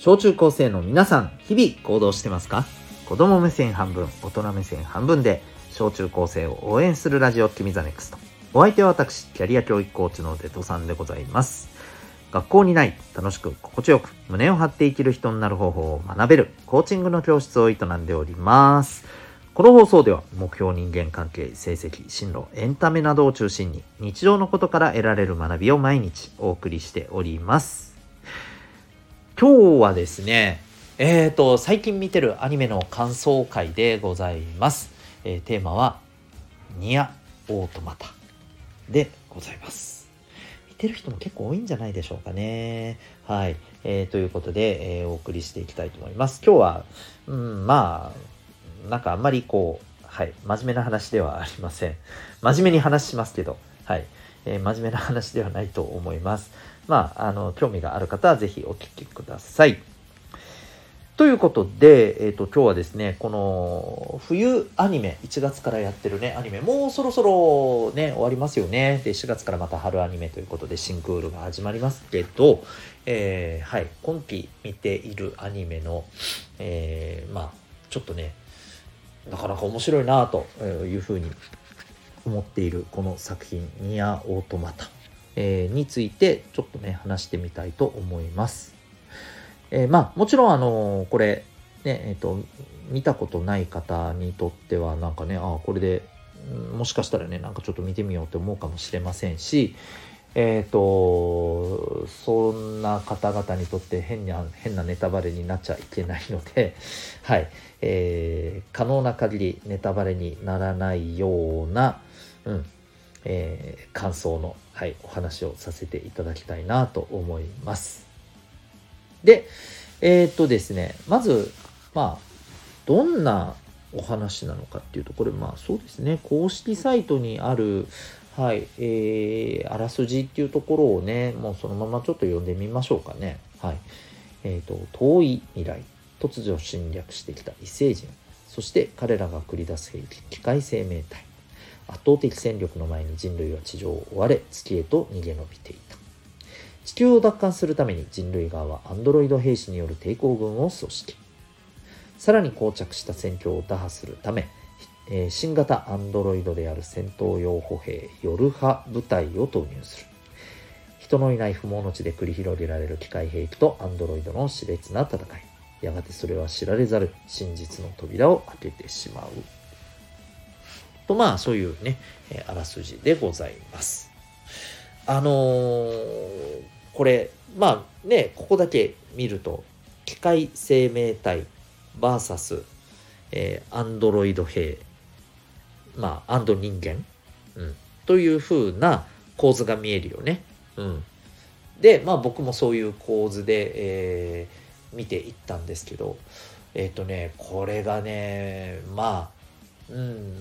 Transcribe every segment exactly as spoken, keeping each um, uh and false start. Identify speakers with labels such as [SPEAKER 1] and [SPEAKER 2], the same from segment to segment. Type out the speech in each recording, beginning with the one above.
[SPEAKER 1] 小中高生の皆さん、日々行動してますか？子供目線半分、大人目線半分で小中高生を応援するラジオ君ザネクスト。お相手は私、キャリア教育コーチのデトさんでございます。学校にない楽しく心地よく胸を張って生きる人になる方法を学べるコーチングの教室を営んでおります。この放送では目標、人間関係、成績、進路、エンタメなどを中心に日常のことから得られる学びを毎日お送りしております。今日はですね、えーと最近見てるアニメの感想会でございます。えー、テーマはニアオートマタでございます。見てる人も結構多いんじゃないでしょうかね。はい、えー、ということで、えー、お送りしていきたいと思います。今日は、うん、まあなんかあんまりこう、はい、真面目な話ではありません。真面目に話しますけど、はい、えー、真面目な話ではないと思います。まあ、あの興味がある方はぜひお聞きください。ということで、えーと、今日はですね、この冬アニメ、いちがつからやってるね、アニメ、もうそろそろね、終わりますよね。で、しがつからまた春アニメということで、新クールが始まりますけど、えー、はい、今期見ているアニメの、えー、まあ、ちょっとね、なかなか面白いなというふうに思っているこの作品、ニアオートマタ、えー、についてちょっとね、話してみたいと思います。えー、まあもちろんあのー、これねえっと見たことない方にとってはなんかね、あこれでもしかしたらねなんかちょっと見てみようと思うかもしれませんし、えっとそんな方々にとって変な変なネタバレになっちゃいけないので、はい、えー、可能な限りネタバレにならないような、うんえー、感想の、はい、お話をさせていただきたいなと思います。で、えー、っとですね、まず、まあ、どんなお話なのかっていうと、これ、まあそうですね、公式サイトにある、はい、えー、あらすじっていうところをね、もうそのままちょっと読んでみましょうかね。はい。えー、っと、遠い未来、突如侵略してきた異星人、そして彼らが繰り出す兵器、機械生命体。圧倒的戦力の前に人類は地上を追われ、月へと逃げ延びていた。地球を奪還するために人類側はアンドロイド兵士による抵抗軍を組織。さらに膠着した戦況を打破するため、えー、新型アンドロイドである戦闘用歩兵ヨルハ部隊を投入する。人のいない不毛の地で繰り広げられる機械兵器とアンドロイドの熾烈な戦い。やがてそれは知られざる真実の扉を開けてしまう。とまあそういうね、えー、あらすじでございます。あのー、これまあねここだけ見ると機械生命体 ブイエス、えー、アンドロイド兵まあアンド人間、うん、という風な構図が見えるよね。うん、でまあ僕もそういう構図で、えー、見ていったんですけど、えっとねこれがねまあうん、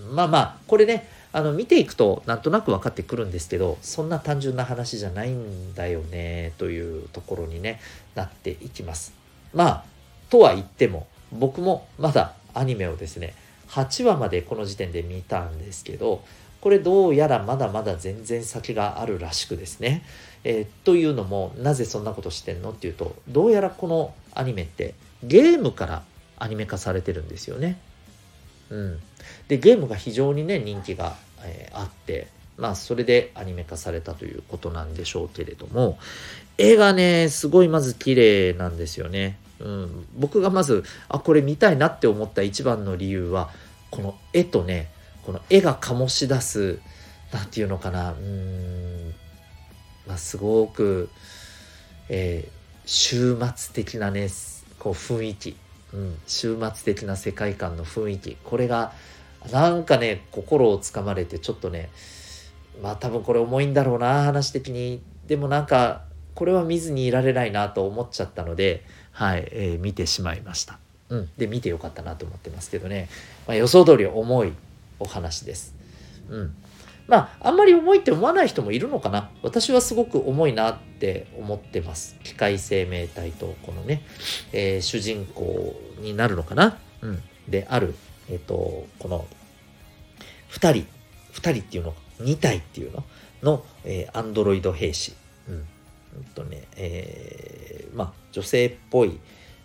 [SPEAKER 1] まあまあこれねあの見ていくとなんとなく分かってくるんですけど、そんな単純な話じゃないんだよねというところにねなっていきます。まあとは言っても僕もまだアニメをですねはちわまでこの時点で見たんですけど、これどうやらまだまだ全然先があるらしくですね、えー、というのもなぜそんなことしてんのっていうと、どうやらこのアニメってゲームからアニメ化されてるんですよね。うん、でゲームが非常にね人気が、えー、あって、まあそれでアニメ化されたということなんでしょうけれども、絵がねすごいまず綺麗なんですよね。うん、僕がまずあこれ見たいなって思った一番の理由はこの絵とね、この絵が醸し出すなんていうのかな、うーん、まあ、すごく、えー、終末的なねこう雰囲気、うん、終末的な世界観の雰囲気、これがなんかね心をつかまれて、ちょっとねまあ多分これ重いんだろうな話的に、でもなんかこれは見ずにいられないなと思っちゃったので、はい、えー、見てしまいました。うん、で見てよかったなと思ってますけどね、まあ、予想通り重いお話です。うん、まああんまり重いって思わない人もいるのかな。私はすごく重いなって思ってます。機械生命体とこのね、えー、主人公になるのかな、うん、である、えっとこのふたりふたりっていうのにたいっていうのの、えー、アンドロイド兵士、うんうんとねえー、まあ女性っぽい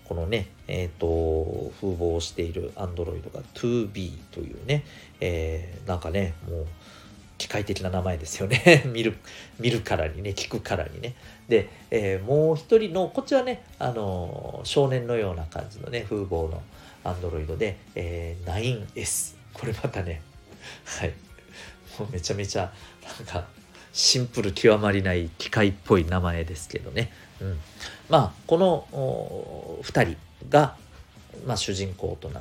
[SPEAKER 1] このね、えっ、と、風貌をしている Android が ツービー というね、えー、なんかね、もう、機械的な名前ですよね。見る、見るからにね、聞くからにね。で、えー、もう一人の、こっちはね、あのー、少年のような感じのね、風貌の Android で、えー、ナインエス。これまたね、はい。もうめちゃめちゃ、なんか、シンプル極まりない機械っぽい名前ですけどね。うん。まあ、このふたりが、まあ、主人公となって、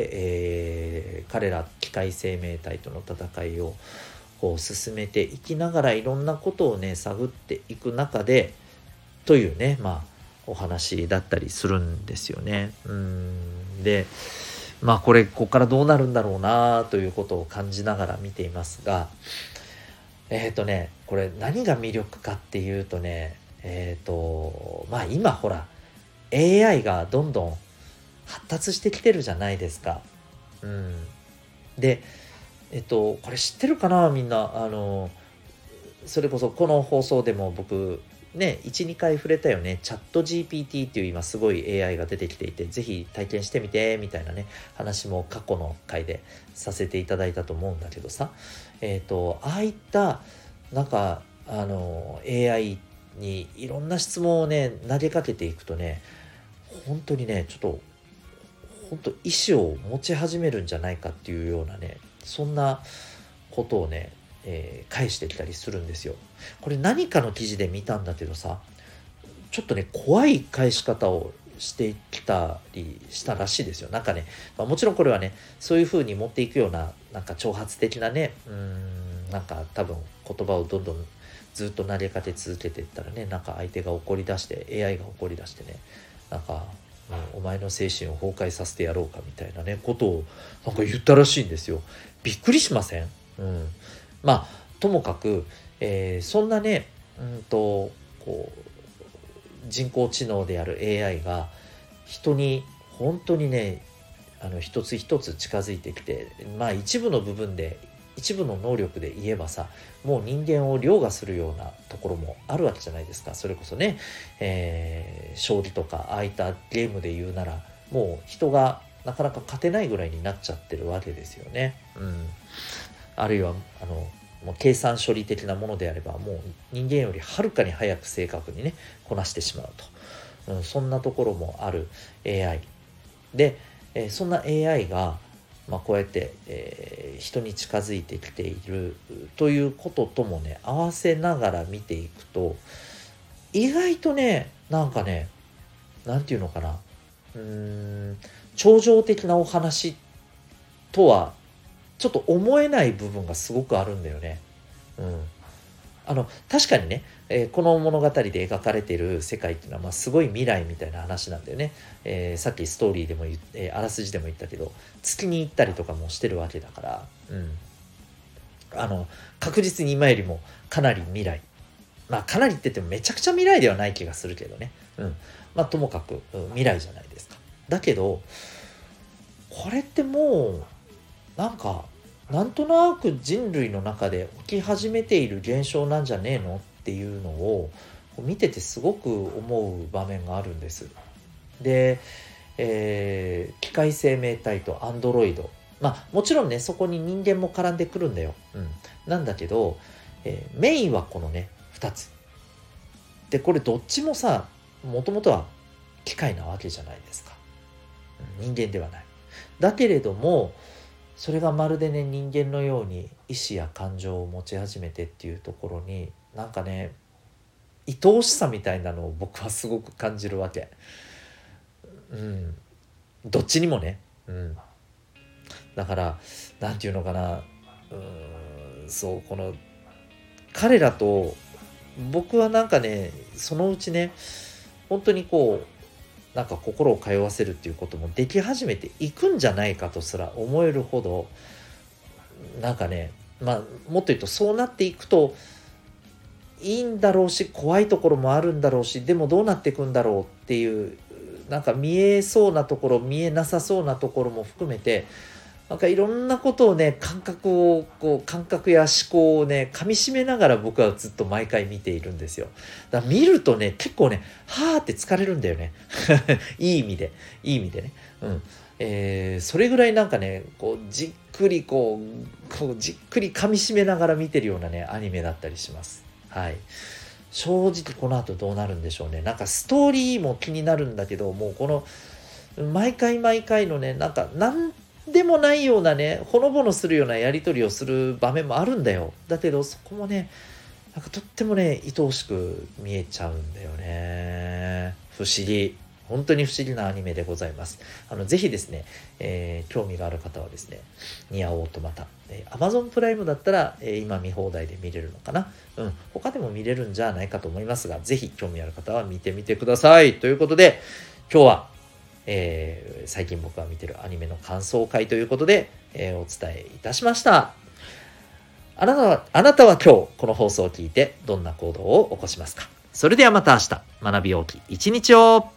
[SPEAKER 1] えー、彼ら機械生命体との戦いをこう進めていきながらいろんなことをね探っていく中でというねまあお話だったりするんですよね。うーんでまあこれここからどうなるんだろうなということを感じながら見ていますがえっ、ー、とねこれ何が魅力かっていうとねえっ、ー、とまあ今ほら エーアイ がどんどん発達してきてるじゃないですか。うん、でえっとこれ知ってるかなみんなあのそれこそこの放送でも僕ね いち,に 回触れたよねチャット ジーピーティー っていう今すごい エーアイ が出てきていてぜひ体験してみてみたいなね話も過去の回でさせていただいたと思うんだけどさえっとああいったなんかあの エーアイ にいろんな質問をね投げかけていくとね本当にねちょっと本当意思を持ち始めるんじゃないかっていうようなねそんなことをね、えー、返してきたりするんですよ。これ何かの記事で見たんだけどさちょっとね怖い返し方をしてきたりしたらしいですよ。なんかね、まあ、もちろんこれはねそういう風に持っていくようななんか挑発的なねうーんなんか多分言葉をどんどんずっと投げかけ続けていったらねなんか相手が怒り出して エーアイ が怒り出してねなんかお前の精神を崩壊させてやろうかみたいなねことをなんか言ったらしいんですよ。びっくりしません？うん、まあともかく、えー、そんなねうんとこう人工知能である エーアイ が人に本当にねあの一つ一つ近づいてきてまあ一部の部分で一部の能力で言えばさもう人間を凌駕するようなところもあるわけじゃないですか。それこそね、えー、将棋とかああいったゲームで言うならもう人がなかなか勝てないぐらいになっちゃってるわけですよね。うん、あるいはあのもう計算処理的なものであればもう人間よりはるかに早く正確にねこなしてしまうと、うん、そんなところもある エーアイ で、えー、そんな エーアイ がまあ、こうやって、えー、人に近づいてきているということともね合わせながら見ていくと意外とねなんかねなんていうのかなうーん超常的なお話とはちょっと思えない部分がすごくあるんだよね。うん、あの確かにね、えー、この物語で描かれている世界っていうのは、まあ、すごい未来みたいな話なんだよね。えー、さっきストーリーでも言っ、えー、あらすじでも言ったけど月に行ったりとかもしてるわけだから、うん、あの確実に今よりもかなり未来まあかなりって言ってもめちゃくちゃ未来ではない気がするけどね、うん、まあともかく、うん、未来じゃないですか。だけどこれってもうなんかなんとなく人類の中で起き始めている現象なんじゃねえのっていうのを見ててすごく思う場面があるんです。で、えー、機械生命体とアンドロイドまあもちろんねそこに人間も絡んでくるんだよ、うん、なんだけど、えー、メインはこのねふたつでこれどっちもさもともとは機械なわけじゃないですか、うん、人間ではない。だけれどもそれがまるでね人間のように意志や感情を持ち始めてっていうところになんかね愛おしさみたいなのを僕はすごく感じるわけ。うん、どっちにもね、うん、だからなんていうのかな、うーんそうこの彼らと僕はなんかねそのうちね本当にこうなんか心を通わせるっていうこともでき始めていくんじゃないかとすら思えるほどなんかねまあもっと言うとそうなっていくといいんだろうし怖いところもあるんだろうしでもどうなっていくんだろうっていうなんか見えそうなところ見えなさそうなところも含めてなんかいろんなことをね、感覚を、こう、感覚や思考をね、噛み締めながら僕はずっと毎回見ているんですよ。だから見るとね、結構ね、はーって疲れるんだよね。いい意味で、いい意味でね。うん。えー、それぐらいなんかね、こう、じっくりこう、こうじっくり噛み締めながら見てるようなね、アニメだったりします。はい。正直この後どうなるんでしょうね。なんかストーリーも気になるんだけど、もうこの、毎回毎回のね、なんか、なんでもないようなね、ほのぼのするようなやり取りをする場面もあるんだよ。だけど、そこもね、なんかとってもね、愛おしく見えちゃうんだよね。不思議。本当に不思議なアニメでございます。あの、ぜひですね、えー、興味がある方はですね、ニアオートマタ。えー、Amazon プライムだったら、えー、今見放題で見れるのかな。うん。他でも見れるんじゃないかと思いますが、ぜひ興味ある方は見てみてください。ということで、今日は、えー、最近僕が見てるアニメの感想会ということで、えー、お伝えいたしました。あなたは、あなたは今日この放送を聞いてどんな行動を起こしますか？それではまた明日、学び大きい一日を。